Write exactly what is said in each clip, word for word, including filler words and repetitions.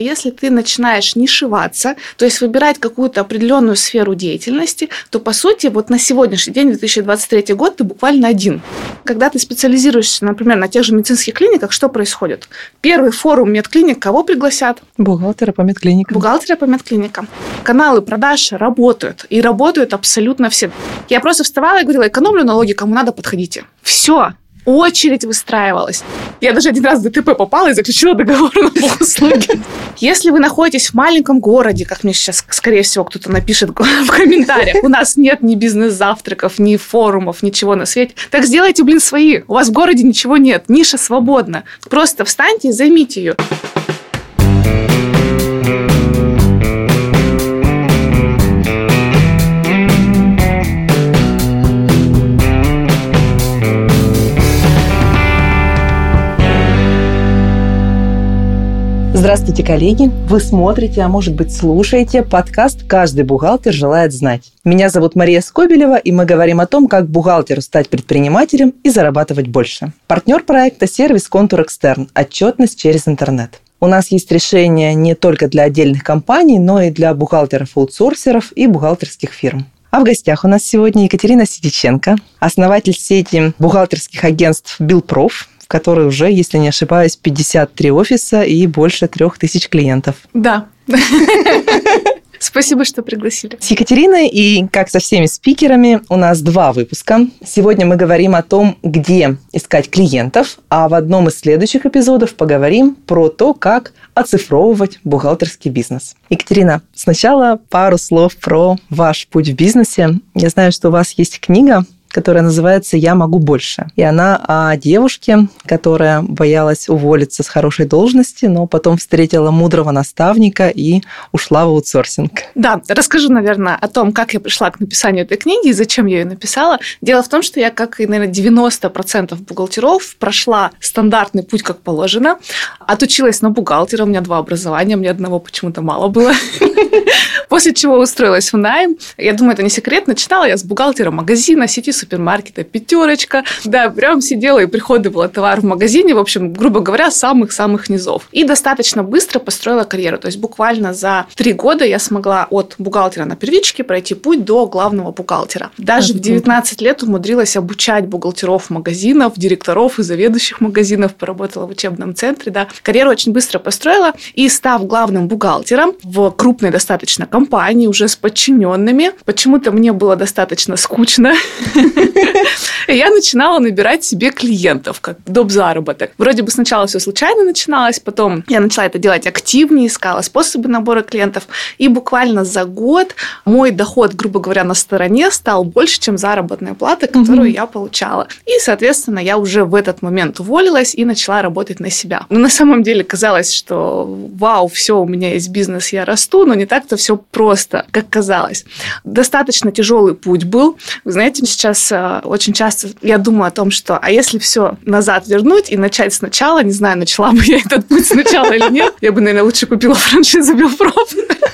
Если ты начинаешь нишеваться, то есть выбирать какую-то определенную сферу деятельности, то, по сути, вот на сегодняшний день, две тысячи двадцать третий год, ты буквально один. Когда ты специализируешься, например, на тех же медицинских клиниках, что происходит? Первый форум медклиник кого пригласят? Бухгалтера по медклиникам. Бухгалтера по медклиникам. Каналы продаж работают. И работают абсолютно все. Я просто вставала и говорила: экономлю налоги, кому надо, подходите. Все. Очередь выстраивалась. Я даже один раз в ДТП попала и заключила договор на бухуслуги. Если вы находитесь в маленьком городе, как мне сейчас, скорее всего, кто-то напишет в комментариях, у нас нет ни бизнес-завтраков, ни форумов, ничего на свете, так сделайте, блин, свои. У вас в городе ничего нет, ниша свободна. Просто встаньте и займите ее. Здравствуйте, коллеги! Вы смотрите, а может быть слушаете подкаст «Каждый бухгалтер желает знать». Меня зовут Мария Скобелева, и мы говорим о том, как бухгалтеру стать предпринимателем и зарабатывать больше. Партнер проекта – сервис «Контур Экстерн» – отчетность через интернет. У нас есть решения не только для отдельных компаний, но и для бухгалтеров-аутсорсеров и бухгалтерских фирм. А в гостях у нас сегодня Екатерина Сидиченко, основатель сети бухгалтерских агентств «Биллпроф», в которой уже, если не ошибаюсь, пятьдесят три офиса и больше трех тысяч клиентов. Да. Спасибо, что пригласили. С Екатериной и, как со всеми спикерами, у нас два выпуска. Сегодня мы говорим о том, где искать клиентов, а в одном из следующих эпизодов поговорим про то, как оцифровывать бухгалтерский бизнес. Екатерина, сначала пару слов про ваш путь в бизнесе. Я знаю, что у вас есть книга, которая называется «Я могу больше». И она о девушке, которая боялась уволиться с хорошей должности, но потом встретила мудрого наставника и ушла в аутсорсинг. Да, расскажу, наверное, о том, как я пришла к написанию этой книги и зачем я ее написала. Дело в том, что я, как и, наверное, девяносто процентов бухгалтеров, прошла стандартный путь, как положено. Отучилась на бухгалтера, у меня два образования, мне одного почему-то мало было. После чего устроилась в найм. Я думаю, это не секрет. Начинала я с бухгалтера магазина, сети супермаркета «Пятерочка». Да, прям сидела и приходовала товар в магазине, в общем, грубо говоря, с самых-самых низов. И достаточно быстро построила карьеру. То есть буквально за три года я смогла от бухгалтера на первичке пройти путь до главного бухгалтера. Даже в девятнадцать лет умудрилась обучать бухгалтеров магазинов, директоров и заведующих магазинов, поработала в учебном центре. Да. Карьеру очень быстро построила и, став главным бухгалтером в крупной достаточно компании, уже с подчиненными, почему-то мне было достаточно скучно. Я начинала набирать себе клиентов, как доп. Заработок. Вроде бы сначала все случайно начиналось, потом я начала это делать активнее, искала способы набора клиентов, и буквально за год мой доход, грубо говоря, на стороне стал больше, чем заработная плата, которую mm-hmm. я получала. И, соответственно, я уже в этот момент уволилась и начала работать на себя. Но на самом деле казалось, что вау, все, у меня есть бизнес, я расту, но не так-то все просто, как казалось. Достаточно тяжелый путь был. Вы знаете, сейчас очень часто я думаю о том, что а если все назад вернуть и начать сначала, не знаю, начала бы я этот путь сначала или нет, я бы, наверное, лучше купила франшизу Биллпроф,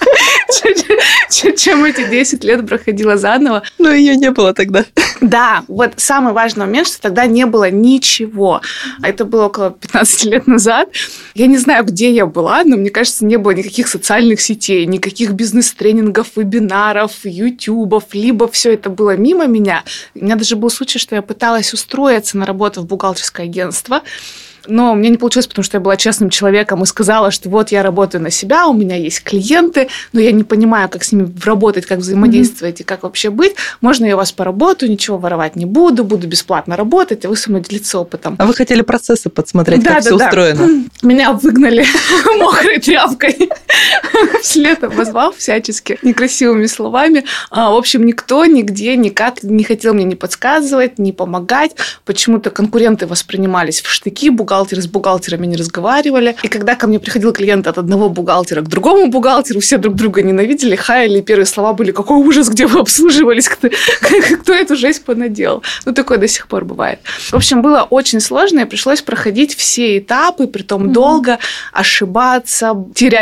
чем эти десять лет проходила заново. Но ее не было тогда. Да, вот самый важный момент, что тогда не было ничего. Это было около пятнадцать лет назад. Я не знаю, где я была, но мне кажется, не было никаких социальных сетей, никаких бизнес-тренингов, вебинаров, ютубов, либо все это было мимо меня. У меня даже был случай, что я пыталась устроиться на работу в бухгалтерское агентство, но у меня не получилось, потому что я была честным человеком и сказала, что вот я работаю на себя, у меня есть клиенты, но я не понимаю, как с ними работать, как взаимодействовать mm-hmm. и как вообще быть. Можно я у вас поработаю, ничего воровать не буду, буду бесплатно работать, а вы со мной делиться опытом. А вы хотели процессы подсмотреть, да, как да, все да. устроено? Меня выгнали мокрой тряпкой, вслед обозвав всячески некрасивыми словами. В общем, никто нигде никак не хотел мне ни подсказывать, ни помогать. Почему-то конкуренты воспринимались в штыки, бухгалтеры с бухгалтерами не разговаривали. И когда ко мне приходил клиент от одного бухгалтера к другому бухгалтеру, все друг друга ненавидели, хаяли, и первые слова были: какой ужас, где вы обслуживались, кто, кто эту жесть понаделал. Ну, такое до сих пор бывает. В общем, было очень сложно, и пришлось проходить все этапы, притом mm-hmm. долго, ошибаться, терять деньги,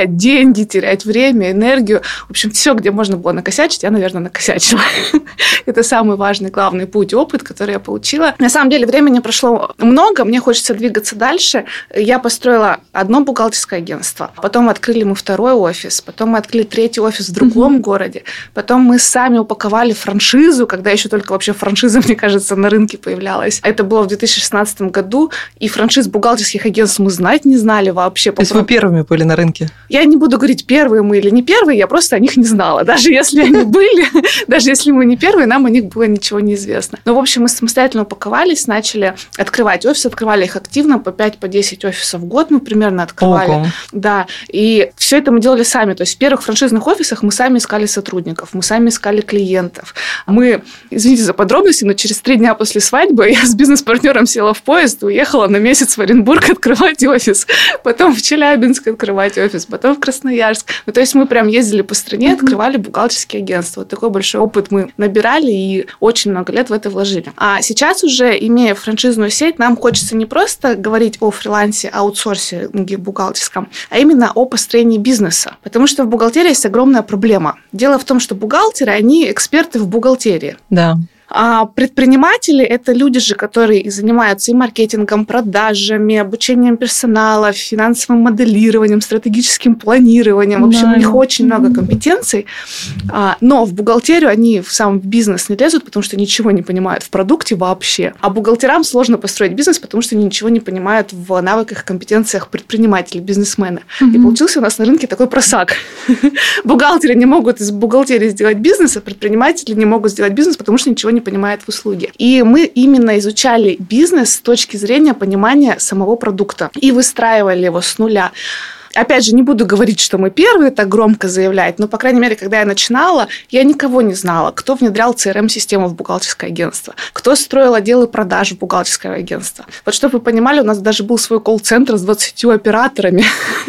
деньги, терять время, энергию. В общем, все, где можно было накосячить, я, наверное, накосячила. Это самый важный, главный путь, опыт, который я получила. На самом деле, времени прошло много, мне хочется двигаться дальше. Я построила одно бухгалтерское агентство, потом открыли мы второй офис, потом мы открыли третий офис в другом mm-hmm. городе, потом мы сами упаковали франшизу, когда еще только вообще франшиза, мне кажется, на рынке появлялась. Это было в две тысячи шестнадцатом году, и франшиз бухгалтерских агентств мы знать не знали вообще. То есть вы первыми были на рынке? Я не буду говорить, первые мы или не первые, я просто о них не знала. Даже если они были, даже если мы не первые, нам о них было ничего не известно. Но, в общем, мы самостоятельно упаковались, начали открывать офисы, открывали их активно, по пять, по десять офисов в год мы примерно открывали. Ого. Да, и все это мы делали сами. То есть в первых франшизных офисах мы сами искали сотрудников, мы сами искали клиентов. Мы, извините за подробности, но через три дня после свадьбы я с бизнес-партнером села в поезд и уехала на месяц в Оренбург открывать офис, потом в Челябинск открывать офис, потом в Красноярск. Ну, то есть мы прям ездили по стране, открывали бухгалтерские агентства. Вот такой большой опыт мы набирали и очень много лет в это вложили. А сейчас уже, имея франшизную сеть, нам хочется не просто говорить о фрилансе, аутсорсинге бухгалтерском, а именно о построении бизнеса. Потому что в бухгалтерии есть огромная проблема. Дело в том, что бухгалтеры, они эксперты в бухгалтерии. Да. А предприниматели – это люди же, которые занимаются и маркетингом, продажами, обучением персонала, финансовым моделированием, стратегическим планированием. В общем, да. У них очень много компетенций. Но в бухгалтерию они в сам бизнес не лезут, потому что ничего не понимают в продукте вообще. А бухгалтерам сложно построить бизнес, потому что они ничего не понимают в навыках, компетенциях предпринимателей, бизнесмена. Mm-hmm. И получился у нас на рынке такой просак. Бухгалтеры не могут из бухгалтерии сделать бизнес, а предприниматели не могут сделать бизнес, потому что ничего не понимает в услуге. И мы именно изучали бизнес с точки зрения понимания самого продукта и выстраивали его с нуля. Опять же, не буду говорить, что мы первые так громко заявлять, но, по крайней мере, когда я начинала, я никого не знала, кто внедрял си эр эм-систему в бухгалтерское агентство, кто строил отделы продаж в бухгалтерское агентство. Вот чтобы вы понимали, у нас даже был свой колл-центр с двадцатью операторами,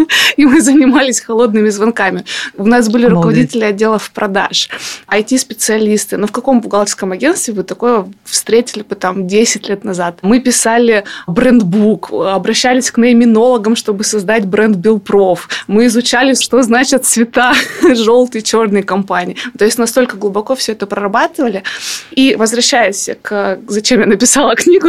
и мы занимались холодными звонками. У нас были руководители отделов продаж, ай ти-специалисты. Но в каком бухгалтерском агентстве вы такое встретили бы там десять лет назад? Мы писали брендбук, обращались к наименологам, чтобы создать бренд Billpro. Мы изучали, что значат цвета желтый, черный компании. То есть настолько глубоко все это прорабатывали. И возвращаясь к зачем я написала книгу,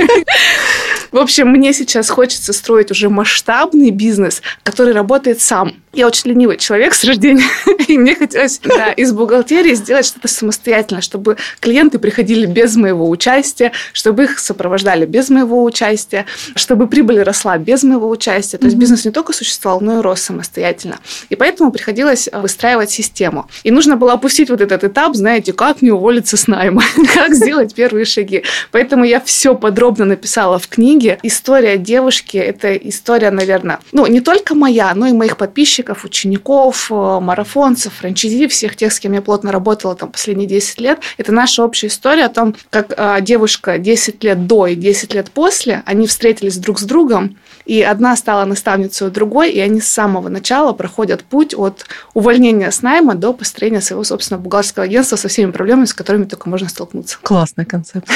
в общем, мне сейчас хочется строить уже масштабный бизнес, который работает сам. Я очень ленивый человек с рождения, и мне хотелось да, из бухгалтерии сделать что-то самостоятельно, чтобы клиенты приходили без моего участия, чтобы их сопровождали без моего участия, чтобы прибыль росла без моего участия. То есть бизнес не только существовал, но и рос самостоятельно. И поэтому приходилось выстраивать систему. И нужно было опустить вот этот этап, знаете, как не уволиться с найма, как сделать первые шаги. Поэтому я все подробно написала в книге. История девушки – это история, наверное, ну, не только моя, но и моих подписчиков, учеников, марафонцев, франчайзи, всех тех, с кем я плотно работала там последние десять лет. Это наша общая история о том, как а, девушка десять лет до и десять лет после, они встретились друг с другом, и одна стала наставницей у другой, и они с самого начала проходят путь от увольнения с найма до построения своего собственного бухгалтерского агентства со всеми проблемами, с которыми только можно столкнуться. Классная концепция.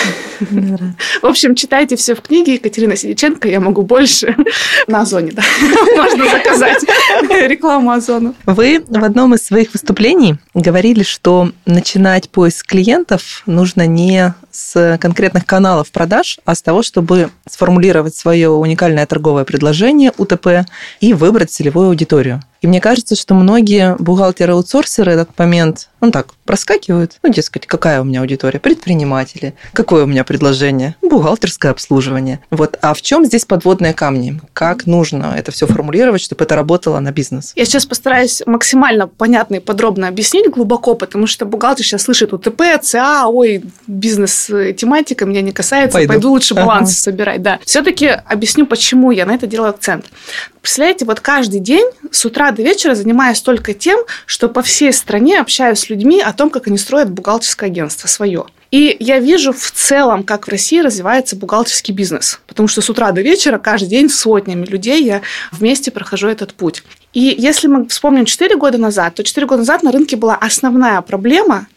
В общем, читайте все в книге. Екатерина Сидиченко, я могу больше. На Озоне, да. Можно заказать рекламу Озону. Вы в одном из своих выступлений говорили, что начинать поиск клиентов нужно не с конкретных каналов продаж, а с того, чтобы сформулировать свое уникальное торговое предложение, у тэ пэ, и выбрать целевую аудиторию. И мне кажется, что многие бухгалтеры-аутсорсеры этот момент, ну так, проскакивают. Ну, дескать, какая у меня аудитория? Предприниматели. Какое у меня предложение? Бухгалтерское обслуживание. Вот. А в чем здесь подводные камни? Как нужно это все формулировать, чтобы это работало на бизнес? Я сейчас постараюсь максимально понятно и подробно объяснить глубоко, потому что бухгалтер сейчас слышит у тэ пэ, цэ а, ой, бизнес-тематика меня не касается, пойду, пойду лучше балансы ага. собирать. Да. Все-таки объясню, почему я на это делаю акцент. Представляете, вот каждый день с утра до вечера занимаюсь только тем, что по всей стране общаюсь с людьми о том, как они строят бухгалтерское агентство свое. И я вижу в целом, как в России развивается бухгалтерский бизнес. Потому что с утра до вечера каждый день с сотнями людей я вместе прохожу этот путь. И если мы вспомним четыре года назад, то четыре года назад на рынке была основная проблема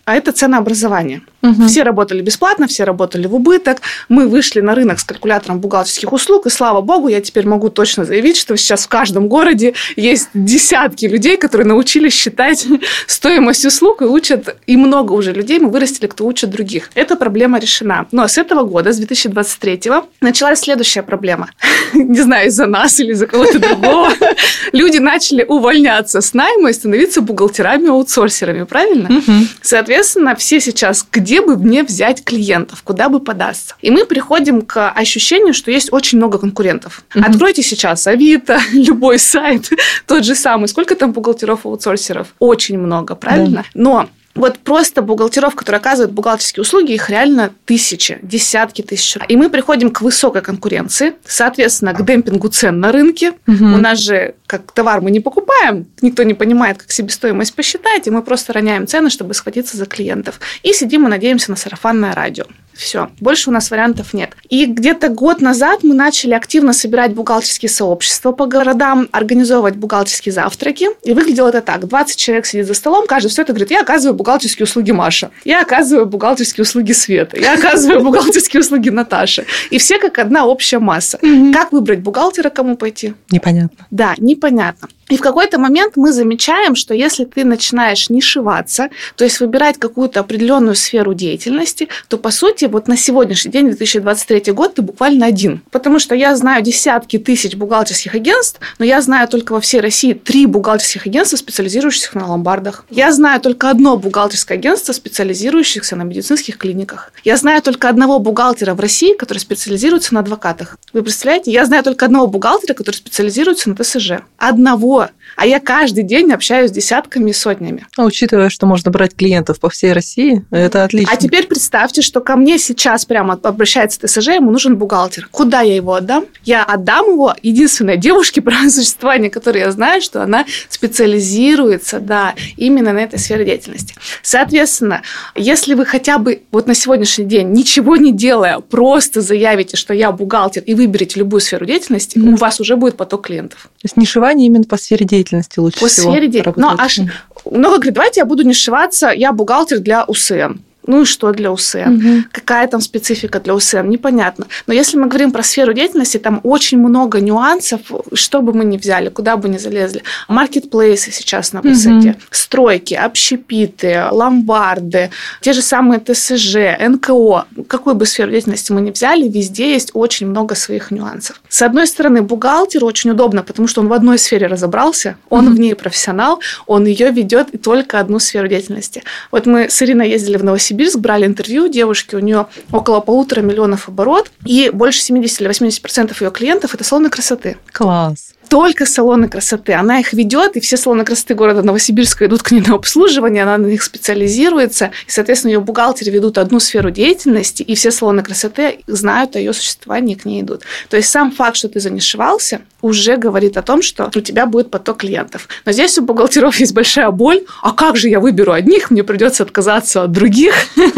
а это ценообразование. Угу. Все работали бесплатно, все работали в убыток. Мы вышли на рынок с калькулятором бухгалтерских услуг, и, слава богу, я теперь могу точно заявить, что сейчас в каждом городе есть десятки людей, которые научились считать стоимость услуг и учат, и много уже людей мы вырастили, кто учит других. Эта проблема решена. Но с этого года, с две тысячи двадцать третьего, началась следующая проблема. Не знаю, из-за нас или из-за кого-то другого. Люди начали увольняться с найма и становиться бухгалтерами-аутсорсерами, правильно? Соответственно, все сейчас, где бы мне взять клиентов, куда бы податься? И мы приходим к ощущению, что есть очень много конкурентов. Mm-hmm. Откройте сейчас Авито, любой сайт, тот же самый. Сколько там бухгалтеров-аутсорсеров? Очень много, правильно? Да. Но вот просто бухгалтеров, которые оказывают бухгалтерские услуги, их реально тысячи, десятки тысяч. И мы приходим к высокой конкуренции, соответственно, к демпингу цен на рынке. Угу. У нас же, как товар мы не покупаем, никто не понимает, как себестоимость посчитать, и мы просто роняем цены, чтобы схватиться за клиентов. И сидим и надеемся на сарафанное радио. Все, больше у нас вариантов нет. И где-то год назад мы начали активно собирать бухгалтерские сообщества по городам, организовывать бухгалтерские завтраки. И выглядело это так. двадцать человек сидит за столом, каждый все это говорит: я оказываю бухгалтерские услуги Маша, я оказываю бухгалтерские услуги Света, я оказываю бухгалтерские услуги Наташи. И все как одна общая масса. Как выбрать бухгалтера, кому пойти? Непонятно. Да, непонятно. И в какой-то момент мы замечаем, что если ты начинаешь нишеваться, то есть выбирать какую-то определенную сферу деятельности, то, по сути, вот на сегодняшний день, две тысячи двадцать третий год, ты буквально один. Потому что я знаю десятки тысяч бухгалтерских агентств, но я знаю только во всей России три бухгалтерских агентства, специализирующихся на ломбардах. Я знаю только одно бухгалтерское агентство, специализирующихся на медицинских клиниках. Я знаю только одного бухгалтера в России, который специализируется на адвокатах. Вы представляете? Я знаю только одного бухгалтера, который специализируется на ТСЖ. Одного. А я каждый день общаюсь с десятками и сотнями. А учитывая, что можно брать клиентов по всей России, это отлично. А теперь представьте, что ко мне сейчас прямо обращается ТСЖ, ему нужен бухгалтер. Куда я его отдам? Я отдам его единственной девушке, про существование которой я знаю, что она специализируется, да, именно на этой сфере деятельности. Соответственно, если вы хотя бы вот на сегодняшний день, ничего не делая, просто заявите, что я бухгалтер, и выберете любую сферу деятельности, mm-hmm. у вас уже будет поток клиентов. То есть нишевание именно по сфере деятельности лучше по всего. По сфере деятельности. Ну, аж много говорит, давайте я буду нишеваться, я бухгалтер для УСН. Ну и что для УСН? Угу. Какая там специфика для УСН? Непонятно. Но если мы говорим про сферу деятельности, там очень много нюансов, что бы мы ни взяли, куда бы ни залезли. Маркетплейсы сейчас на высоте, угу. стройки, общепиты, ломбарды, те же самые ТСЖ, эн ка о. Какую бы сферу деятельности мы ни взяли, везде есть очень много своих нюансов. С одной стороны, бухгалтеру очень удобно, потому что он в одной сфере разобрался, он угу. в ней профессионал, он ее ведет и только одну сферу деятельности. Вот мы с Ириной ездили в Новосибирск, брали интервью девушки, у нее около полутора миллионов оборот, и больше семьдесят или восемьдесят процентов ее клиентов – это салоны красоты. Класс. Только салоны красоты. Она их ведет, и все салоны красоты города Новосибирска идут к ней на обслуживание, она на них специализируется, и, соответственно, ее бухгалтеры ведут одну сферу деятельности, и все салоны красоты знают о ее существовании и к ней идут. То есть сам факт, что ты занишевался, уже говорит о том, что у тебя будет поток клиентов. Но здесь у бухгалтеров есть большая боль. А как же я выберу одних? Мне придется отказаться от других.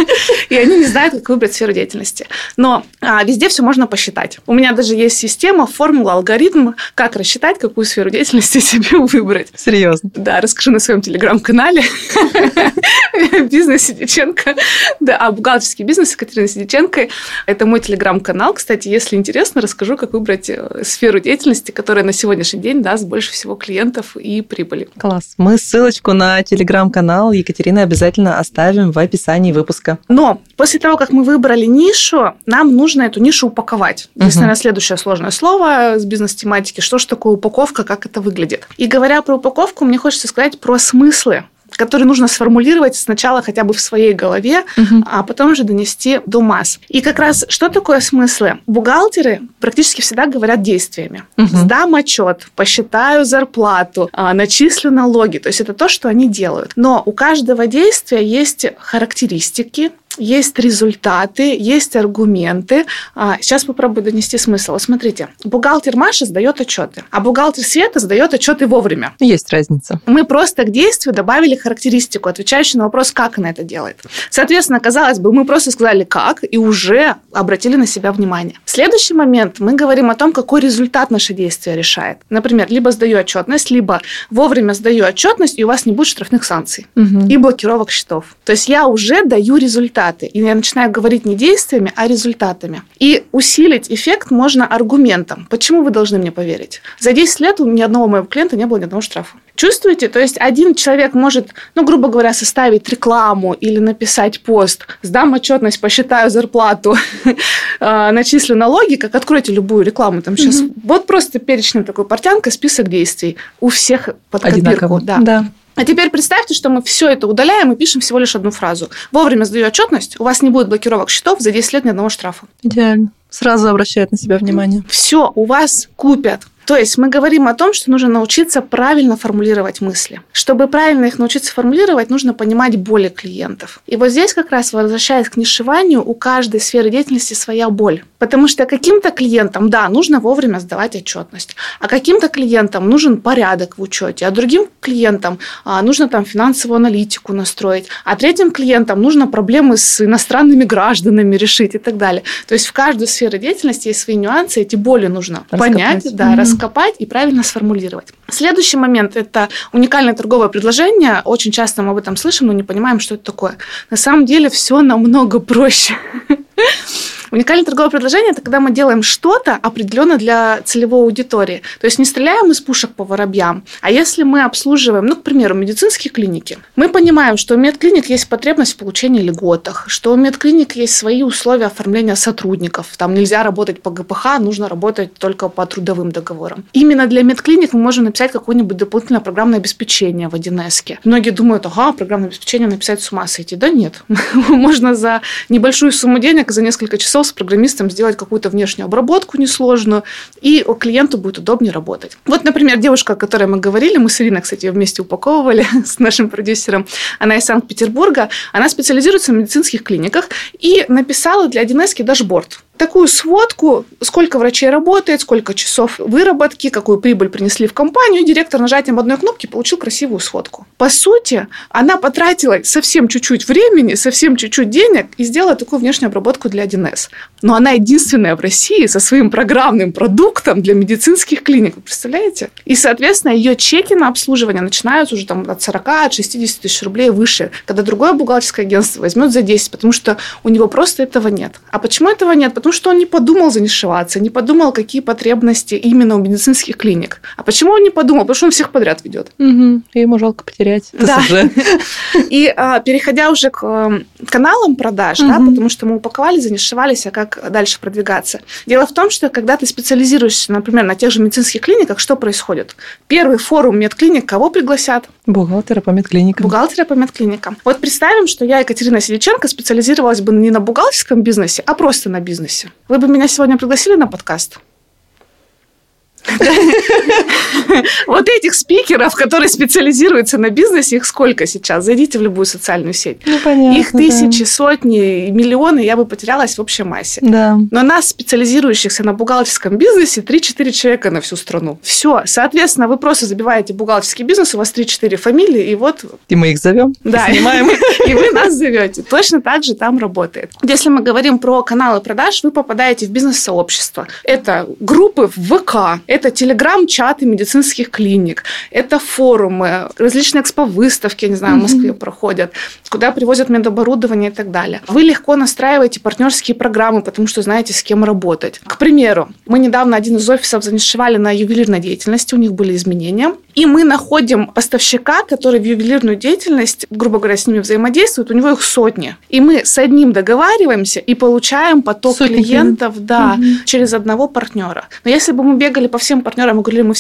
И они не знают, как выбрать сферу деятельности. Но а, везде все можно посчитать. У меня даже есть система, формула, алгоритм, как рассчитать, какую сферу деятельности себе выбрать. Серьезно? Да, расскажу на своем телеграм-канале. Бизнес Сидиченко. Да, а бухгалтерский бизнес с Екатериной Сидиченко. Это мой телеграм-канал. Кстати, если интересно, расскажу, как выбрать сферу деятельности, которая на сегодняшний день даст больше всего клиентов и прибыли. Класс. Мы ссылочку на телеграм-канал Екатерины обязательно оставим в описании выпуска. Но после того, как мы выбрали нишу, нам нужно эту нишу упаковать. Здесь, угу. наверное, следующее сложное слово с бизнес-тематики. Что же такое упаковка, как это выглядит? И говоря про упаковку, мне хочется сказать про смыслы, которые нужно сформулировать сначала хотя бы в своей голове, угу. а потом уже донести до масс. И как раз что такое смыслы? Бухгалтеры практически всегда говорят действиями. Угу. Сдам отчет, посчитаю зарплату, начислю налоги. То есть это то, что они делают. Но у каждого действия есть характеристики, есть результаты, есть аргументы. Сейчас попробую донести смысл. Вот смотрите, бухгалтер Маша сдает отчеты, а бухгалтер Света сдает отчеты вовремя. Есть разница. Мы просто к действию добавили характеристику, отвечающую на вопрос, как она это делает. Соответственно, казалось бы, мы просто сказали «как» и уже обратили на себя внимание. В следующий момент мы говорим о том, какой результат наше действие решает. Например, либо сдаю отчетность, либо вовремя сдаю отчетность, и у вас не будет штрафных санкций угу. и блокировок счетов. То есть я уже даю результат. И я начинаю говорить не действиями, а результатами. И усилить эффект можно аргументом. Почему вы должны мне поверить? За десять лет у ни одного моего клиента не было ни одного штрафа. Чувствуете? То есть один человек может, ну, грубо говоря, составить рекламу или написать пост, сдам отчетность, посчитаю зарплату, начислю налоги, как откройте любую рекламу. Там сейчас вот просто перечень такой портянка, список действий. У всех под копирку. Да. А теперь представьте, что мы все это удаляем и пишем всего лишь одну фразу. Вовремя сдаю отчетность, у вас не будет блокировок счетов, за десять лет ни одного штрафа. Идеально. Сразу обращает на себя внимание. Все, у вас купят. То есть мы говорим о том, что нужно научиться правильно формулировать мысли. Чтобы правильно их научиться формулировать, нужно понимать боли клиентов. И вот здесь как раз, возвращаясь к нишеванию, у каждой сферы деятельности своя боль. Потому что каким-то клиентам, да, нужно вовремя сдавать отчетность, а каким-то клиентам нужен порядок в учете, а другим клиентам а, нужно там финансовую аналитику настроить, а третьим клиентам нужно проблемы с иностранными гражданами решить и так далее. То есть в каждой сфере деятельности есть свои нюансы, эти боли нужно раскопать. понять, да, mm-hmm. раскопать и правильно сформулировать. Следующий момент – это уникальное торговое предложение. Очень часто мы об этом слышим, но не понимаем, что это такое. На самом деле все намного проще. Уникальное торговое предложение – это когда мы делаем что-то определенно для целевой аудитории. То есть не стреляем из пушек по воробьям, а если мы обслуживаем, ну, к примеру, медицинские клиники, мы понимаем, что у медклиник есть потребность в получении льготах, что у медклиник есть свои условия оформления сотрудников. Там нельзя работать по гэ пэ ха, нужно работать только по трудовым договорам. Именно для медклиник мы можем написать какое-нибудь дополнительное программное обеспечение в один эс-ке. Многие думают, ага, программное обеспечение написать с ума сойти. Да нет. Можно за небольшую сумму денег, за несколько часов с программистом сделать какую-то внешнюю обработку несложную, и клиенту будет удобнее работать. Вот, например, девушка, о которой мы говорили, мы с Ириной, кстати, ее вместе упаковывали с нашим продюсером, она из Санкт-Петербурга, она специализируется в медицинских клиниках и написала для один эс-ки дашборд. Такую сводку, сколько врачей работает, сколько часов выработки, какую прибыль принесли в компанию, и директор нажатием одной кнопки получил красивую сводку. По сути, она потратила совсем чуть-чуть времени, совсем чуть-чуть денег и сделала такую внешнюю обработку для один эс. Но она единственная в России со своим программным продуктом для медицинских клиник. Вы представляете? И, соответственно, ее чеки на обслуживание начинаются уже там, от сорока, от шестидесяти тысяч рублей выше, когда другое бухгалтерское агентство возьмет за десять, потому что у него просто этого нет. А почему этого нет? Потому что он не подумал занишеваться, не подумал, какие потребности именно у медицинских клиник. А почему он не подумал? Потому что он всех подряд ведет. Угу. И ему жалко потерять. Да. И а, переходя уже к а, каналам продаж, угу. да, потому что мы упаковали, занишевались, а как дальше продвигаться. Дело в том, что когда ты специализируешься, например, на тех же медицинских клиниках, что происходит? Первый форум медклиник кого пригласят? Бухгалтера по медклиникам. Бухгалтера по медклиникам. Вот представим, что я, Екатерина Сидиченко, специализировалась бы не на бухгалтерском бизнесе, а просто на бизнесе. Вы бы меня сегодня пригласили на подкаст? Вот этих спикеров, которые специализируются на бизнесе, их сколько сейчас? Зайдите в любую социальную сеть. Ну, понятно, их тысячи, да. сотни, миллионы, я бы потерялась в общей массе. Да. Но нас, специализирующихся на бухгалтерском бизнесе, три-четыре человека на всю страну. Все. Соответственно, вы просто забиваете бухгалтерский бизнес, у вас три-четыре фамилии, и вот... И мы их зовем, да, снимаем. И вы нас зовете. Точно так же там работает. Если мы говорим про каналы продаж, вы попадаете в бизнес-сообщество. Это группы в вэ ка, это телеграм-чаты медицинских клиник, это форумы, различные экспо-выставки, я не знаю, в Москве mm-hmm. проходят, куда привозят медоборудование и так далее. Вы легко настраиваете партнерские программы, потому что знаете, с кем работать. К примеру, мы недавно один из офисов занишевали на ювелирной деятельности, у них были изменения, и мы находим поставщика, который в ювелирную деятельность, грубо говоря, с ними взаимодействует, у него их сотни. И мы с одним договариваемся и получаем поток сотни клиентов да, угу. через одного партнера. Но если бы мы бегали по всем партнерам и говорили, мы всех подряд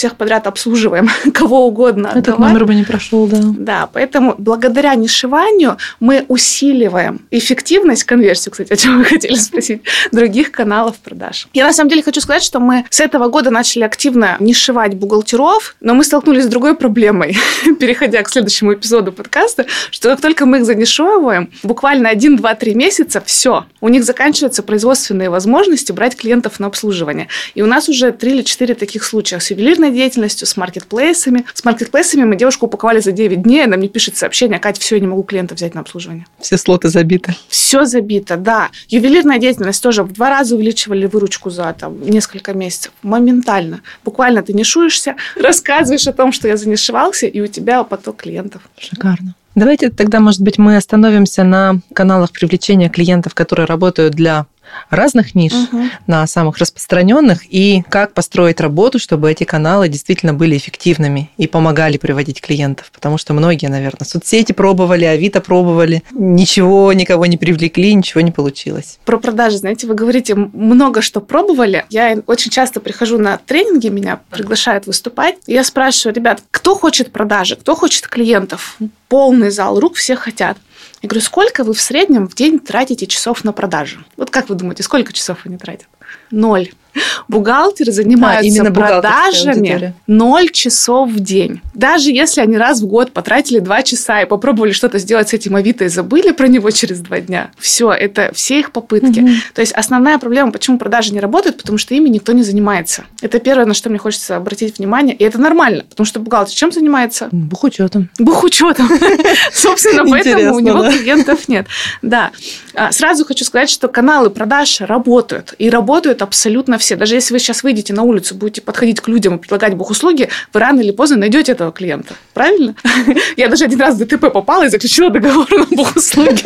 обслуживаем кого угодно. Этот отдавать. номер бы не прошел, да. Да, поэтому благодаря нишеванию мы усиливаем эффективность, конверсию, кстати, о чем вы хотели спросить, других каналов продаж. Я на самом деле хочу сказать, что мы с этого года начали активно нишевать бухгалтеров, но мы столкнулись с другой проблемой, переходя к следующему эпизоду подкаста, что как только мы их занишевываем, буквально один, два, три месяца, все, у них заканчиваются производственные возможности брать клиентов на обслуживание. И у нас уже три или четыре таких случая с ювелирной деятельностью, с маркетплейсами. С маркетплейсами мы девушку упаковали за девять дней, она мне пишет сообщение: Кать, все, я не могу клиента взять на обслуживание. Все слоты забиты. Все забито, да. Ювелирная деятельность тоже в два раза увеличивали выручку за там, несколько месяцев. Моментально. Буквально ты нишуешься, рассказываешь о том, что я занишевался, и у тебя поток клиентов. Шикарно. Давайте тогда, может быть, мы остановимся на каналах привлечения клиентов, которые работают для разных ниш, угу. на самых распространенных, и как построить работу, чтобы эти каналы действительно были эффективными и помогали приводить клиентов. Потому что многие, наверное, соцсети пробовали, Авито пробовали, ничего, никого не привлекли, ничего не получилось. Про продажи, знаете, вы говорите, много что пробовали. Я очень часто прихожу на тренинги, меня приглашают выступать. И я спрашиваю: ребят, кто хочет продажи, кто хочет клиентов? Полный зал рук, все хотят. Я говорю: сколько вы в среднем в день тратите часов на продажи? Вот как вы думаете, сколько часов они тратят? Ноль. Бухгалтеры занимаются а, продажами ноль часов в день. Даже если они раз в год потратили два часа и попробовали что-то сделать с этим Авито и забыли про него через два дня, все, это все их попытки. Угу. То есть основная проблема, почему продажи не работают, потому что ими никто не занимается. Это первое, на что мне хочется обратить внимание. И это нормально, потому что бухгалтер чем занимается? Бухучетом. Бухучетом. Собственно, поэтому у него клиентов нет. Да. Сразу хочу сказать, что каналы продаж работают. И работают абсолютно все. Даже если вы сейчас выйдете на улицу, будете подходить к людям и предлагать бухуслуги, вы рано или поздно найдете этого клиента. Правильно? Я даже один раз в ДТП попала и заключила договор на бухуслуги.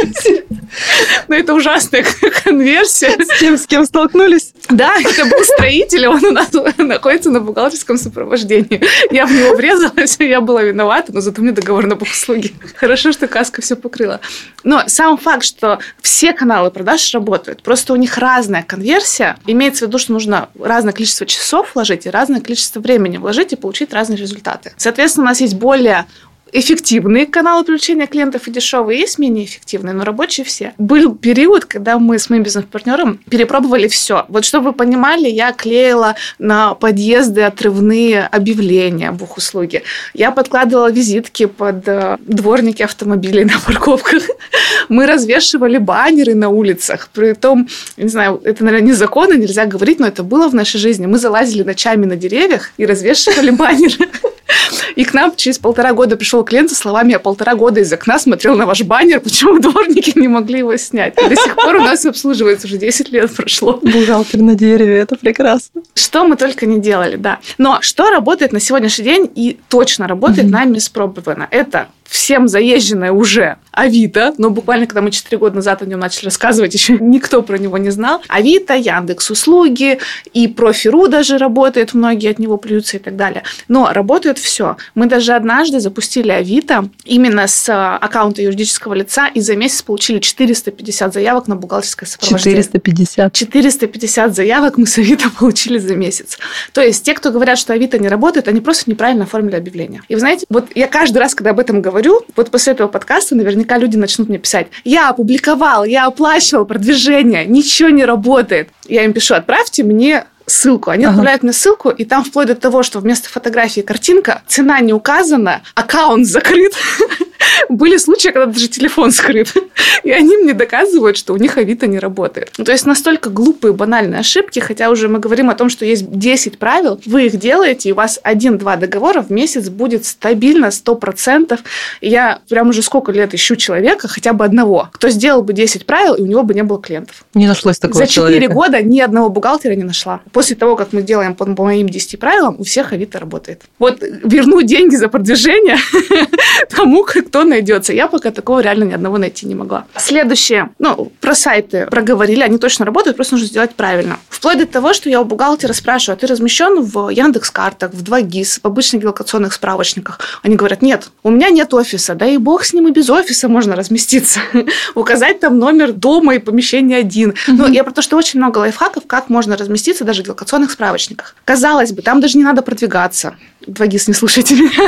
Но это ужасная конверсия. С кем, с кем столкнулись? Да, это был строитель, он у нас находится на бухгалтерском сопровождении. Я в него врезалась, я была виновата, но зато мне договор на бухуслуги. Хорошо, что каска все покрыла. Но сам факт, что все каналы продаж работают, просто у них разная конверсия, имеется в виду, что нужно разное количество часов вложить и разное количество времени вложить и получить разные результаты. Соответственно, у нас есть более эффективные каналы привлечения клиентов и дешевые, есть менее эффективные, но рабочие все. Был период, когда мы с моим бизнес-партнером перепробовали все. Вот чтобы вы понимали, я клеила на подъезды отрывные объявления бухуслуги. Я подкладывала визитки под дворники автомобилей на парковках. Мы развешивали баннеры на улицах. При том, не знаю, это, наверное, незаконно, нельзя говорить, но это было в нашей жизни. Мы залазили ночами на деревьях и развешивали баннеры. И к нам через полтора года пришел клиент со словами: я полтора года из окна смотрел на ваш баннер, почему дворники не могли его снять. И до сих пор у нас обслуживается, уже десять лет прошло. Бухгалтер на дереве, это прекрасно. Что мы только не делали, да. Но что работает на сегодняшний день и точно работает, mm-hmm. нами испробовано, это всем заезженное уже Авито, но буквально, когда мы четыре года назад о нем начали рассказывать, еще никто про него не знал. Авито, Яндекс.Услуги, и Профи.ру даже работает, многие от него плюются и так далее. Но работает все. Мы даже однажды запустили Авито именно с аккаунта юридического лица, и за месяц получили четыреста пятьдесят заявок на бухгалтерское сопровождение. четыреста пятьдесят? четыреста пятьдесят заявок мы с Авито получили за месяц. То есть те, кто говорят, что Авито не работает, они просто неправильно оформили объявление. И вы знаете, вот я каждый раз, когда об этом говорю, вот после этого подкаста наверняка люди начнут мне писать: я опубликовал, я оплачивал продвижение, ничего не работает. Я им пишу: отправьте мне ссылку. Они ага. отправляют мне ссылку, и там вплоть до того, что вместо фотографии картинка, цена не указана, аккаунт закрыт. Были случаи, когда даже телефон скрыт. И они мне доказывают, что у них Авито не работает. Ну, то есть настолько глупые, банальные ошибки, хотя уже мы говорим о том, что есть десять правил, вы их делаете, и у вас один-два договора в месяц будет стабильно, сто процентов. И я прям уже сколько лет ищу человека, хотя бы одного, кто сделал бы десять правил, и у него бы не было клиентов. Не нашлось такого За человека. четыре года ни одного бухгалтера не нашла. После того, как мы делаем по моим десяти правилам, у всех Авито работает. Вот верну деньги за продвижение тому, кто найдется. Я пока такого реально ни одного найти не могла. Следующее. Ну, про сайты проговорили, они точно работают, просто нужно сделать правильно. Вплоть до того, что я у бухгалтера спрашиваю, а ты размещен в Яндекс.Картах, в два гис, в обычных геолокационных справочниках? Они говорят, нет, у меня нет офиса. Да и бог с ним, и без офиса можно разместиться. Указать там номер дома и помещение один. Ну, я про то, что очень много лайфхаков, как можно разместиться даже в геолокационных справочниках. Казалось бы, там даже не надо продвигаться. два гис, не слушайте меня.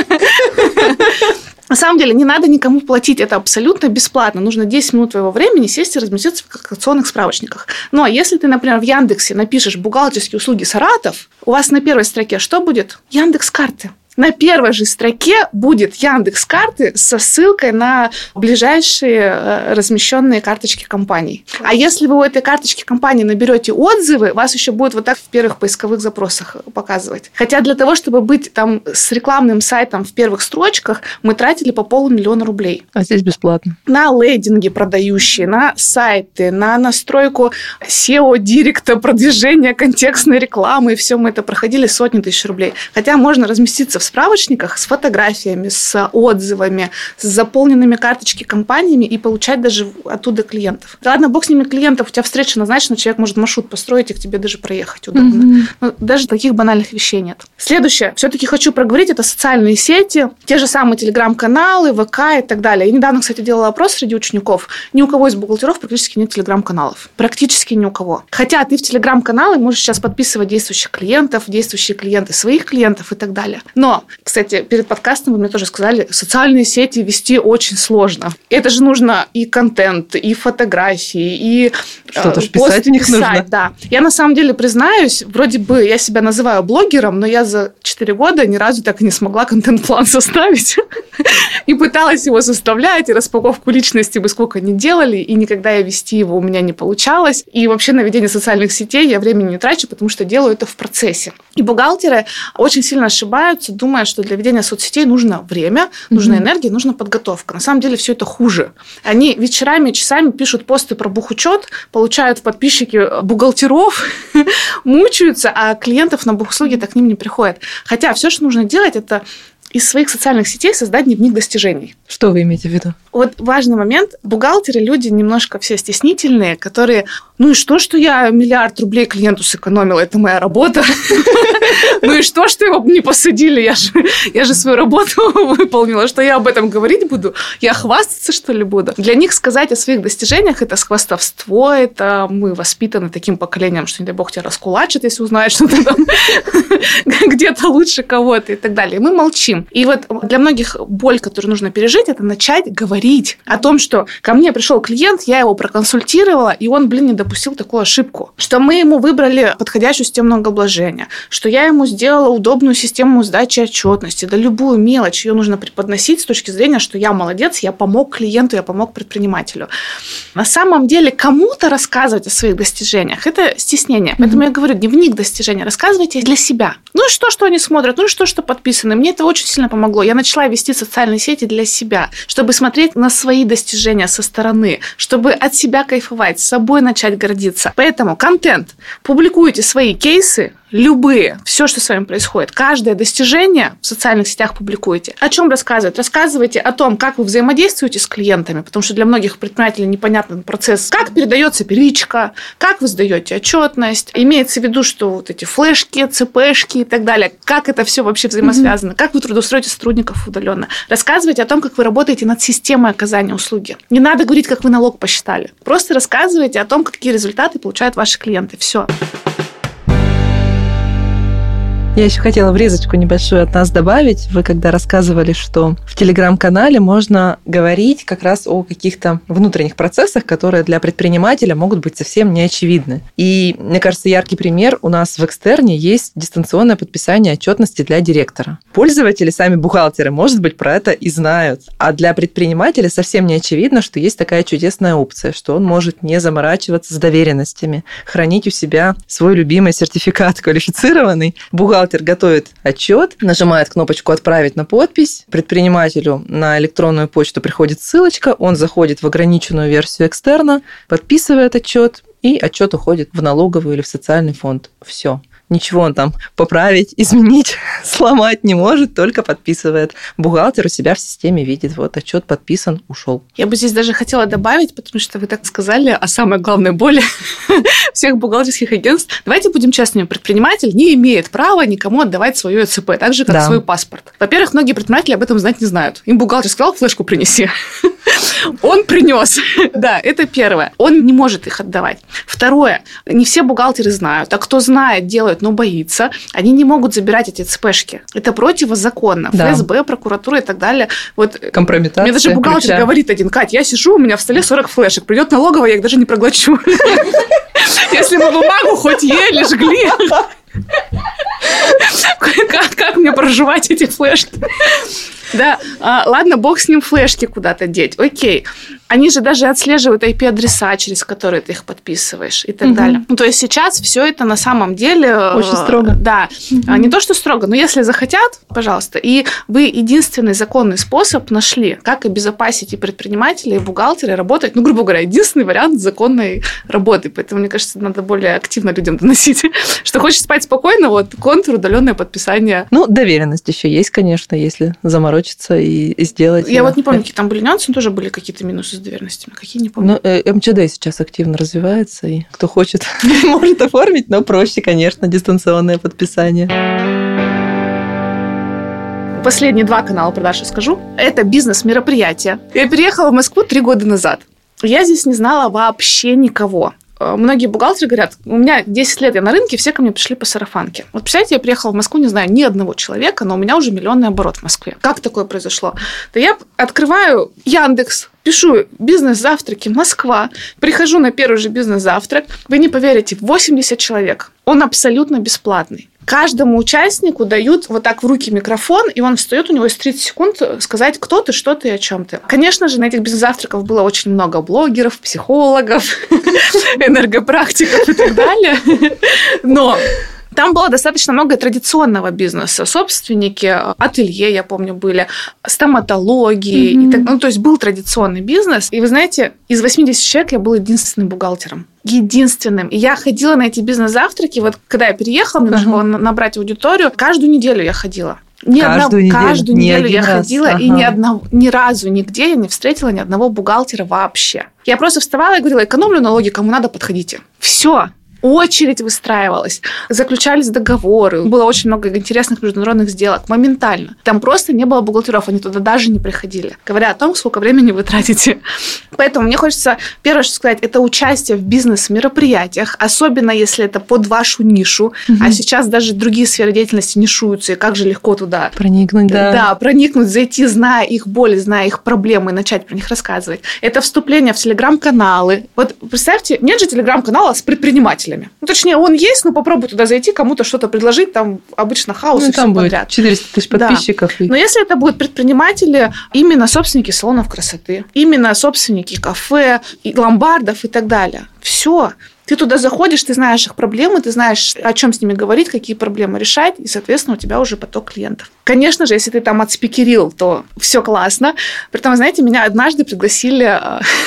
На самом деле, не надо никому платить, это абсолютно бесплатно. Нужно десять минут твоего времени сесть и разместиться в геолокационных справочниках. Ну, а если ты, например, в Яндексе напишешь «бухгалтерские услуги Саратов», у вас на первой строке что будет? Яндекс.Карты. На первой же строке будет Яндекс.Карты со ссылкой на ближайшие размещенные карточки компаний. А если вы у этой карточки компании наберете отзывы, вас еще будет вот так в первых поисковых запросах показывать. Хотя для того, чтобы быть там с рекламным сайтом в первых строчках, мы тратили по полмиллиона рублей. А здесь бесплатно. На лендинги продающие, на сайты, на настройку сео-директа, продвижение контекстной рекламы. И все мы это проходили сотни тысяч рублей. Хотя можно разместиться в справочниках с фотографиями, с отзывами, с заполненными карточки компаниями и получать даже оттуда клиентов. Да ладно, бог с ними клиентов, у тебя встреча назначена, человек может маршрут построить и к тебе даже проехать удобно. Mm-hmm. Но даже таких банальных вещей нет. Следующее, все-таки хочу проговорить, это социальные сети, те же самые телеграм-каналы, ВК и так далее. Я недавно, кстати, делала опрос среди учеников. Ни у кого из бухгалтеров практически нет телеграм-каналов. Практически ни у кого. Хотя ты в телеграм-каналы можешь сейчас подписывать действующих клиентов, действующие клиенты своих клиентов и так далее. Но кстати, перед подкастом вы мне тоже сказали, социальные сети вести очень сложно. Это же нужно и контент, и фотографии, и что-то же писать в них писать, нужно. Да. Я на самом деле признаюсь, вроде бы я себя называю блогером, но я за четыре года ни разу так и не смогла контент-план составить. И пыталась его составлять, и распаковку личности мы сколько ни делали, и никогда я вести его у меня не получалось. И вообще на ведение социальных сетей я времени не трачу, потому что делаю это в процессе. И бухгалтеры очень сильно ошибаются, думая, что для ведения соцсетей нужно время, нужна mm-hmm. энергия, нужна подготовка. На самом деле все это хуже. Они вечерами, часами пишут посты про бухучет, получают в подписчики бухгалтеров, мучаются, а клиентов на бухуслуги так к ним не приходят. Хотя все, что нужно делать, это из своих социальных сетей создать дневник достижений. Что вы имеете в виду? Вот важный момент. Бухгалтеры – люди немножко все стеснительные, которые, ну и что, что я миллиард рублей клиенту сэкономила, это моя работа. Ну и что, что его не посадили, я же, я же свою работу выполнила, что я об этом говорить буду, я хвастаться, что ли, буду. Для них сказать о своих достижениях – это хвастовство, это мы воспитаны таким поколением, что, не дай бог, тебя раскулачат, если узнают, что ты там где-то лучше кого-то и так далее. Мы молчим. И вот для многих боль, которую нужно пережить, это начать говорить о том, что ко мне пришел клиент, я его проконсультировала, и он, блин, не допустил такую ошибку. Что мы ему выбрали подходящую систему налогообложения, что я ему сделала удобную систему сдачи отчетности, да любую мелочь ее нужно преподносить с точки зрения, что я молодец, я помог клиенту, я помог предпринимателю. На самом деле кому-то рассказывать о своих достижениях – это стеснение. Поэтому mm-hmm. я говорю, дневник достижений рассказывайте для себя. Ну и что, что они смотрят, ну и что, что подписаны. Мне это очень сильно помогло. Я начала вести социальные сети для себя, чтобы смотреть на свои достижения со стороны, чтобы от себя кайфовать, с собой начать гордиться. Поэтому контент. Публикуйте свои кейсы, любые, все, что с вами происходит. Каждое достижение в социальных сетях публикуйте. О чем рассказывать? Рассказывайте о том, как вы взаимодействуете с клиентами, потому что для многих предпринимателей непонятный процесс. Как передается первичка, как вы сдаете отчетность. Имеется в виду, что вот эти флешки, ЦПшки и так далее, как это все вообще взаимосвязано, mm-hmm. как вы трудоустроите сотрудников удаленно. Рассказывайте о том, как вы работаете над системой оказания услуги. Не надо говорить, как вы налог посчитали. Просто рассказывайте о том, какие результаты получают ваши клиенты. Все. Я еще хотела врезочку небольшую от нас добавить. Вы когда рассказывали, что в Телеграм-канале можно говорить как раз о каких-то внутренних процессах, которые для предпринимателя могут быть совсем неочевидны. И, мне кажется, яркий пример у нас в экстерне есть дистанционное подписание отчетности для директора. Пользователи, сами бухгалтеры, может быть, про это и знают. А для предпринимателя совсем не очевидно, что есть такая чудесная опция, что он может не заморачиваться с доверенностями, хранить у себя свой любимый сертификат квалифицированный. Бухгалтер готовит отчет, нажимает кнопочку «Отправить на подпись», предпринимателю на электронную почту приходит ссылочка, он заходит в ограниченную версию экстерна, подписывает отчет, и отчет уходит в налоговую или в социальный фонд. Все. Ничего он там поправить, изменить, сломать не может, только подписывает. Бухгалтер у себя в системе видит, вот отчет подписан, ушел. Я бы здесь даже хотела добавить, потому что вы так сказали о самой главной боли всех бухгалтерских агентств. Давайте будем честными, предприниматель не имеет права никому отдавать свое ЭЦП, так же, как да. свой паспорт. Во-первых, многие предприниматели об этом знать не знают. Им бухгалтер сказал, флешку принеси. Он принес. Да, это первое. Он не может их отдавать. Второе. Не все бухгалтеры знают, а кто знает, делает, но боится, они не могут забирать эти ЦПшки. Это противозаконно. Да. ФСБ, прокуратура и так далее. Вот компрометация. Мне даже бухгалтер ключа. Говорит один: Кать, я сижу, у меня в столе сорок флешек. Придет налоговая, я их даже не проглочу. Если мы бумагу хоть ели, жгли. Как, как мне проживать эти флешки? Да, а, ладно, бог с ним, флешки куда-то деть. Окей. Они же даже отслеживают ай пи-адреса, через которые ты их подписываешь и так угу. далее. Ну, то есть сейчас все это на самом деле... Очень строго. Да. Угу. Не то, что строго, но если захотят, пожалуйста. И вы единственный законный способ нашли, как обезопасить и предпринимателей, и бухгалтеры работать. Ну, грубо говоря, единственный вариант законной работы. Поэтому, мне кажется, надо более активно людям доносить. Что хочешь спать спокойно, вот контур, удаленное подписание. Ну, доверенность еще есть, конечно, если заморочиться и сделать. Я вот не помню, какие там были нюансы, но тоже были какие-то минусы с доверенностями. Какие, не помню. Ну, эм че дэ сейчас активно развивается, и кто хочет, может оформить, но проще, конечно, дистанционное подписание. Последние два канала продаж расскажу. Это бизнес-мероприятия. Я переехала в Москву три года назад. Я здесь не знала вообще никого. Многие бухгалтеры говорят, у меня десять лет я на рынке, все ко мне пришли по сарафанке. Вот представляете, я приехала в Москву, не знаю ни одного человека, но у меня уже миллионный оборот в Москве. Как такое произошло? Да я открываю Яндекс, пишу «Бизнес-завтраки Москва», прихожу на первый же бизнес-завтрак, вы не поверите, восемьдесят человек. Он абсолютно бесплатный. Каждому участнику дают вот так в руки микрофон, и он встает, у него есть тридцать секунд сказать, кто ты, что ты и о чем ты. Конечно же, на этих бизнес-завтраках было очень много блогеров, психологов, энергопрактиков и так далее. Но там было достаточно много традиционного бизнеса. Собственники, ателье, я помню, были, стоматологии. Mm-hmm. И так, ну, то есть был традиционный бизнес. И вы знаете, из восьмидесяти человек я была единственным бухгалтером. Единственным. И я ходила на эти бизнес-завтраки. Вот когда я переехала, мне uh-huh. нужно было набрать аудиторию. Каждую неделю я ходила. Ни каждую одна, неделю, каждую неделю я раз. ходила, ага. и ни, одного, ни разу нигде я не встретила ни одного бухгалтера вообще. Я просто вставала и говорила: экономлю налоги, кому надо, подходите. Все. Очередь выстраивалась, заключались договоры, было очень много интересных международных сделок моментально. Там просто не было бухгалтеров, они туда даже не приходили, говоря о том, сколько времени вы тратите. Поэтому мне хочется первое, что сказать, это участие в бизнес-мероприятиях, особенно если это под вашу нишу, угу. а сейчас даже другие сферы деятельности нишуются, и как же легко туда проникнуть, да. Да, проникнуть, зайти, зная их боли, зная их проблемы, и начать про них рассказывать. Это вступление в телеграм-каналы. Вот представьте, нет же телеграм-канала с предпринимателями. Ну, точнее, он есть, но попробуй туда зайти, кому-то что-то предложить, там обычно хаос ну, и там все будет подряд. четыреста тысяч подписчиков. Да. И... Но если это будут предприниматели, именно собственники салонов красоты, именно собственники кафе, и ломбардов и так далее, все. Ты туда заходишь, ты знаешь их проблемы, ты знаешь, о чем с ними говорить, какие проблемы решать, и, соответственно, у тебя уже поток клиентов. Конечно же, если ты там отспикерил, то все классно. Притом, знаете, меня однажды пригласили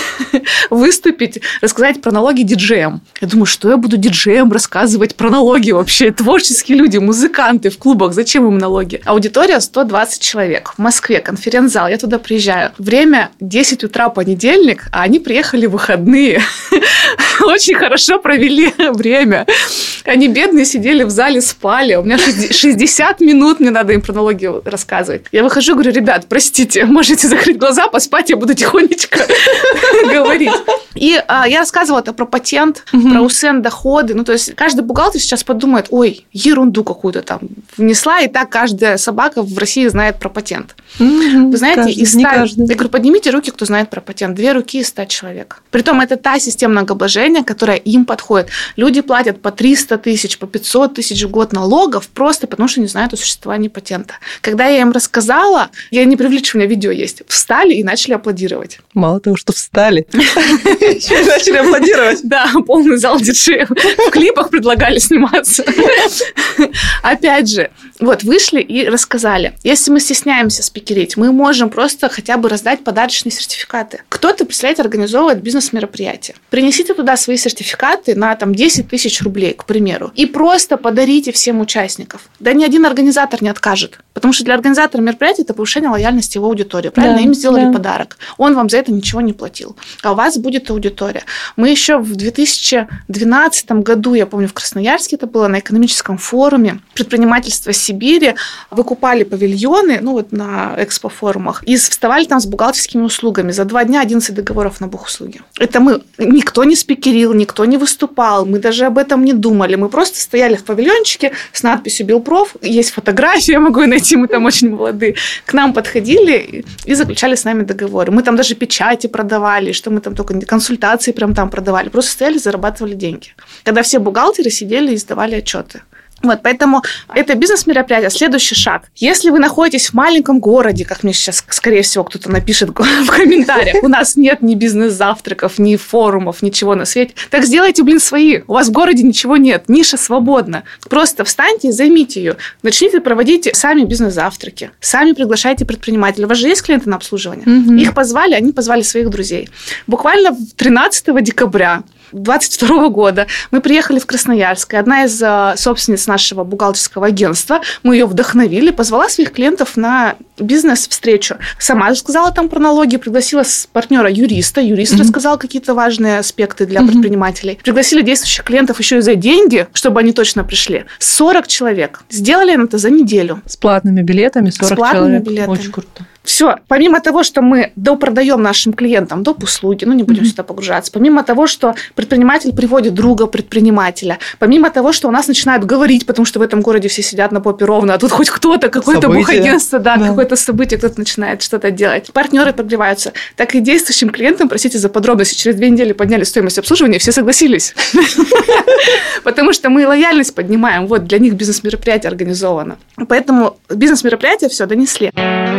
выступить, рассказать про налоги диджеям. Я думаю, что я буду диджеям рассказывать про налоги вообще? Творческие люди, музыканты в клубах, зачем им налоги? Аудитория сто двадцать человек. В Москве конференц-зал, я туда приезжаю. Время десять утра понедельник, а они приехали в выходные. Очень хорошо провели время. Они бедные сидели в зале, спали. У меня шестьдесят минут, мне надо им про налоги рассказывать. Я выхожу, говорю: ребят, простите, можете закрыть глаза, поспать, я буду тихонечко говорить. И а, я рассказывала это про патент, угу. про УСН, доходы. Ну, то есть каждый бухгалтер сейчас подумает: ой, ерунду какую-то там внесла, и так каждая собака в России знает про патент. Угу. Вы знаете, каждый, из ста... Я говорю, поднимите руки, кто знает про патент. Две руки из ста человек. Притом это та система налогообложения, которая им подходит. Люди платят по триста тысяч, по пятьсот тысяч в год налогов просто потому, что не знают о существовании патента. Когда я им рассказала, я не привлечу, у меня видео есть, встали и начали аплодировать. Мало того, что встали, Начали аплодировать. Да, полный зал диджеев. В клипах предлагали сниматься. Опять же, вот вышли и рассказали. Если мы стесняемся спикерить, мы можем просто хотя бы раздать подарочные сертификаты. Кто-то, представляете, организовывает бизнес-мероприятие. Принесите туда свои сертификаты на там, десять тысяч рублей, к примеру, и просто подарите всем участникам. Да ни один организатор не откажет. Потому что для организатора мероприятия это повышение лояльности его аудитории. Правильно? Да, им сделали да. подарок. Он вам за это ничего не платил. А у вас будет аудитория. Мы еще в две тысячи двенадцатом году, я помню, в Красноярске это было, на экономическом форуме предпринимательства Сибири, выкупали павильоны, ну вот на экспофорумах, и вставали там с бухгалтерскими услугами. За два дня одиннадцать договоров на бухуслуги. Это мы, никто не спикерил, никто не выступал, мы даже об этом не думали. Мы просто стояли в павильончике с надписью «Билпроф». Есть фотография, я могу найти, мы там очень молодые. К нам подходили и заключали с нами договоры. Мы там даже печати продавали, что мы там только консультации прям там продавали. Просто стояли, зарабатывали деньги. Когда все бухгалтеры сидели и сдавали отчеты. Вот, поэтому это бизнес-мероприятие. Следующий шаг. Если вы находитесь в маленьком городе, как мне сейчас, скорее всего, кто-то напишет в комментариях, у нас нет ни бизнес-завтраков, ни форумов, ничего на свете, так сделайте, блин, свои. У вас в городе ничего нет, ниша свободна. Просто встаньте и займите ее. Начните проводить сами бизнес-завтраки, сами приглашайте предпринимателей. У вас же есть клиенты на обслуживание? Mm-hmm. Их позвали, они позвали своих друзей. Буквально тринадцатого декабря двадцать второго года мы приехали в Красноярск, и одна из собственниц нашего бухгалтерского агентства, мы ее вдохновили, позвала своих клиентов на бизнес-встречу. Сама рассказала там про налоги, пригласила партнера юриста, юрист mm-hmm. рассказал какие-то важные аспекты для mm-hmm. предпринимателей. Пригласили действующих клиентов еще и за деньги, чтобы они точно пришли. сорок человек. Сделали это за неделю. С платными билетами сорок С платными человек. билетами. Очень круто. Все, помимо того, что мы допродаем нашим клиентам доп. Услуги, ну не будем mm-hmm. сюда погружаться, помимо того, что предприниматель приводит друга предпринимателя, помимо того, что у нас начинают говорить, потому что в этом городе все сидят на попе ровно, а тут хоть кто-то, какое-то бухагентство, да, да. какое-то событие, кто-то начинает что-то делать. Партнеры прогреваются. Так и действующим клиентам, простите за подробности, через две недели подняли стоимость обслуживания, все согласились. Потому что мы лояльность поднимаем, вот для них бизнес-мероприятие организовано. Поэтому бизнес-мероприятие все донесли.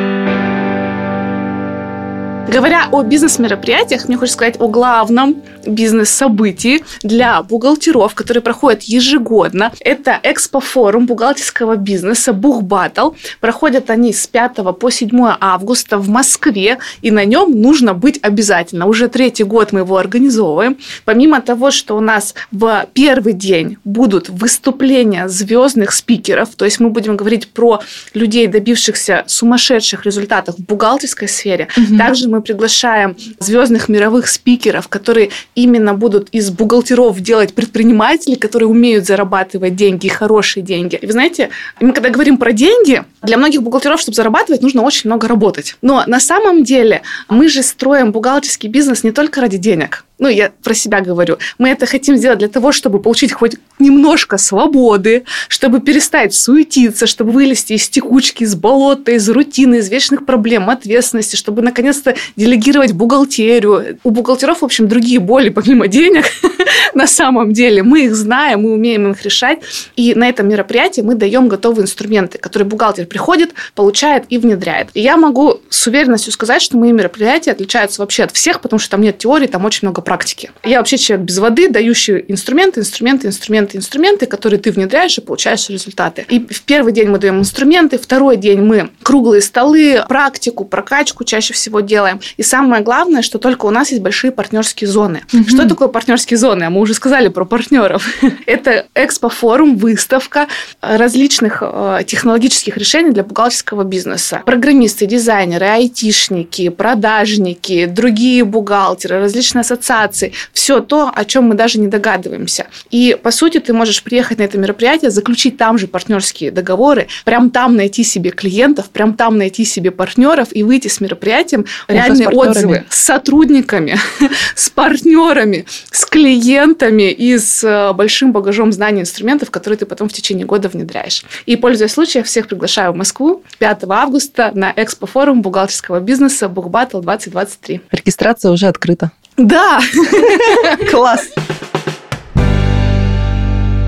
Говоря о бизнес-мероприятиях, мне хочется сказать о главном бизнес-событии для бухгалтеров, который проходит ежегодно. Это экспофорум бухгалтерского бизнеса «Бухбаттл». Проходят они с пятого по седьмое августа в Москве, и на нем нужно быть обязательно. Уже третий год мы его организовываем. Помимо того, что у нас в первый день будут выступления звездных спикеров, то есть мы будем говорить про людей, добившихся сумасшедших результатов в бухгалтерской сфере, угу. также мы приглашаем звездных мировых спикеров, которые именно будут из бухгалтеров делать предпринимателей, которые умеют зарабатывать деньги, хорошие деньги. И вы знаете, мы когда говорим про деньги, для многих бухгалтеров, чтобы зарабатывать, нужно очень много работать. Но на самом деле мы же строим бухгалтерский бизнес не только ради денег. Ну, я про себя говорю. Мы это хотим сделать для того, чтобы получить хоть немножко свободы, чтобы перестать суетиться, чтобы вылезти из текучки, из болота, из рутины, из вечных проблем, ответственности, чтобы наконец-то делегировать бухгалтерию. У бухгалтеров, в общем, другие боли помимо денег. На самом деле мы их знаем, мы умеем их решать. И на этом мероприятии мы даем готовые инструменты, которые бухгалтер приходит, получает и внедряет. И я могу с уверенностью сказать, что мои мероприятия отличаются вообще от всех, потому что там нет теории, там очень много практики. Я вообще человек без воды, дающий инструменты, инструменты, инструменты, инструменты, которые ты внедряешь и получаешь результаты. И в первый день мы даем инструменты, второй день мы круглые столы, практику, прокачку чаще всего делаем. И самое главное, что только у нас есть большие партнерские зоны. Mm-hmm. Что такое партнерские зоны? Мы уже сказали про партнеров. Это экспофорум, выставка различных технологических решений для бухгалтерского бизнеса. Программисты, дизайнеры, айтишники, продажники, другие бухгалтеры, различные ассоциации. Все то, о чем мы даже не догадываемся. И, по сути, ты можешь приехать на это мероприятие, заключить там же партнерские договоры, прям там найти себе клиентов, прям там найти себе партнеров и выйти с мероприятием. Реальные отзывы с сотрудниками, с партнерами, с клиентами и с большим багажом знаний и инструментов, которые ты потом в течение года внедряешь. И, пользуясь случаем, всех приглашаю в Москву пятого августа на экспофорум бухгалтерского бизнеса «Бухбаттл двадцать двадцать три». Регистрация уже открыта. Да! Класс!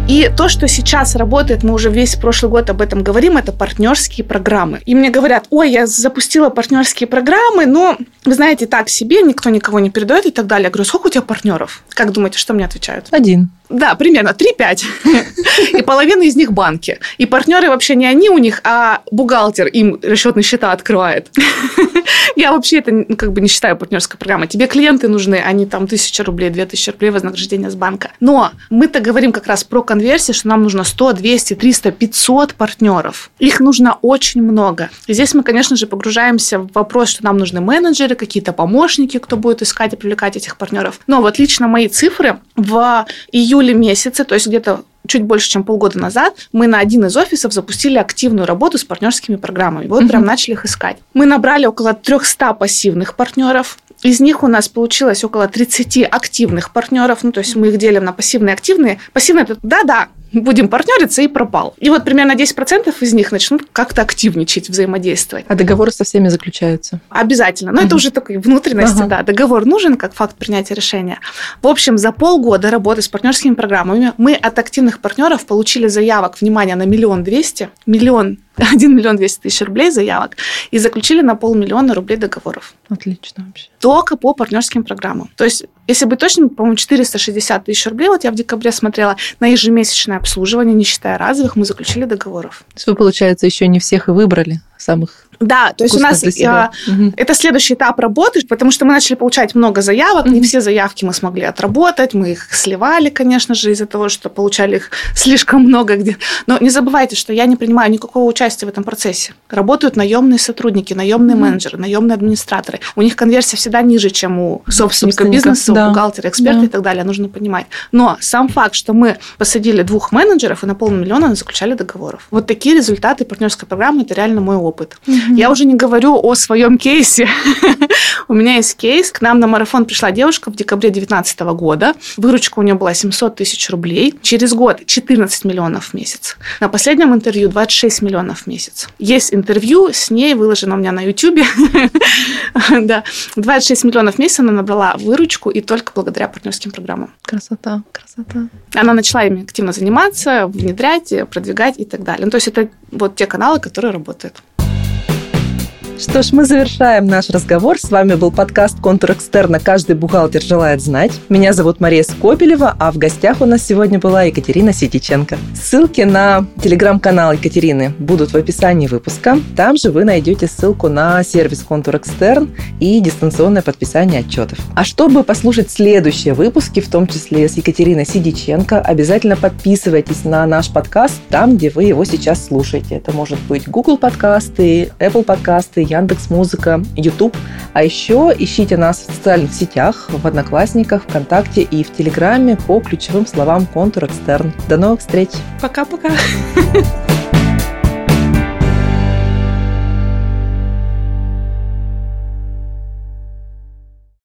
И то, что сейчас работает, мы уже весь прошлый год об этом говорим, это партнерские программы. И мне говорят, ой, я запустила партнерские программы, но, вы знаете, так себе, никто никого не передает и так далее. Я говорю, сколько у тебя партнеров? Как думаете, что мне отвечают? Один. Да, примерно три-пять. И половина из них банки. И партнеры вообще не они у них, а бухгалтер им расчетные счета открывает. Я вообще это как бы не считаю партнерской программой. Тебе клиенты нужны, а не там тысяча рублей, две тысячи рублей вознаграждения с банка. Но мы-то говорим как раз про конверсии, что нам нужно сто, двести, триста, пятьсот партнеров. Их нужно очень много. И здесь мы, конечно же, погружаемся в вопрос, что нам нужны менеджеры, какие-то помощники, кто будет искать и привлекать этих партнеров. Но вот лично мои цифры в июле месяце, то есть где-то чуть больше, чем полгода назад, мы на один из офисов запустили активную работу с партнерскими программами. Вот uh-huh. прям начали их искать. Мы набрали около триста пассивных партнеров. Из них у нас получилось около тридцать активных партнеров. Ну, то есть мы их делим на пассивные и активные. Пассивные – это да-да, будем партнериться, и пропал. И вот примерно десять процентов из них начнут как-то активничать, взаимодействовать. А договоры со всеми заключаются? Обязательно. Но uh-huh. это уже такой внутренности, uh-huh. да. Договор нужен как факт принятия решения. В общем, за полгода работы с партнерскими программами мы от активных партнеров получили заявок, внимание, на миллион двести, миллион, один миллион двести тысяч рублей заявок, и заключили на полмиллиона рублей договоров. Отлично вообще. Только по партнерским программам. То есть, если быть точным, по-моему, четыреста шестьдесят тысяч рублей, вот я в декабре смотрела, на ежемесячное обслуживание, не считая разовых, мы заключили договоров. То есть вы, получается, еще не всех и выбрали, самых... Да, то есть у нас а, угу. это следующий этап работы, потому что мы начали получать много заявок, угу. не все заявки мы смогли отработать, мы их сливали, конечно же, из-за того, что получали их слишком много где. Но не забывайте, что я не принимаю никакого участия в этом процессе. Работают наемные сотрудники, наемные угу. менеджеры, наемные администраторы. У них конверсия всегда ниже, чем у собственника, собственника бизнеса, да. у бухгалтера, эксперта да. и так далее, нужно понимать. Но сам факт, что мы посадили двух менеджеров и на полмиллиона заключали договоров. Вот такие результаты партнерской программы – это реально мой опыт. Угу. Я уже не говорю о своем кейсе. У меня есть кейс. К нам на марафон пришла девушка в декабре две тысячи девятнадцатого года. Выручка у нее была семьсот тысяч рублей. Через год четырнадцать миллионов в месяц. На последнем интервью двадцать шесть миллионов в месяц. Есть интервью с ней, выложено у меня на Ютубе. Да, двадцать шесть миллионов в месяц она набрала выручку, и только благодаря партнерским программам. Красота, красота. Она начала ими активно заниматься, внедрять, продвигать и так далее. Ну, то есть это вот те каналы, которые работают. Что ж, мы завершаем наш разговор. С вами был подкаст «Контур экстерна. Каждый бухгалтер желает знать». Меня зовут Мария Скобелева, а в гостях у нас сегодня была Екатерина Ситиченко. Ссылки на телеграм-канал Екатерины будут в описании выпуска. Там же вы найдете ссылку на сервис «Контур экстерн» и дистанционное подписание отчетов. А чтобы послушать следующие выпуски, в том числе с Екатериной Ситиченко, обязательно подписывайтесь на наш подкаст там, где вы его сейчас слушаете. Это может быть Google подкасты, Apple подкасты, Яндекс.Музыка, YouTube. А еще ищите нас в социальных сетях, в Одноклассниках, ВКонтакте и в Телеграме по ключевым словам «Контур экстерн». До новых встреч! Пока-пока!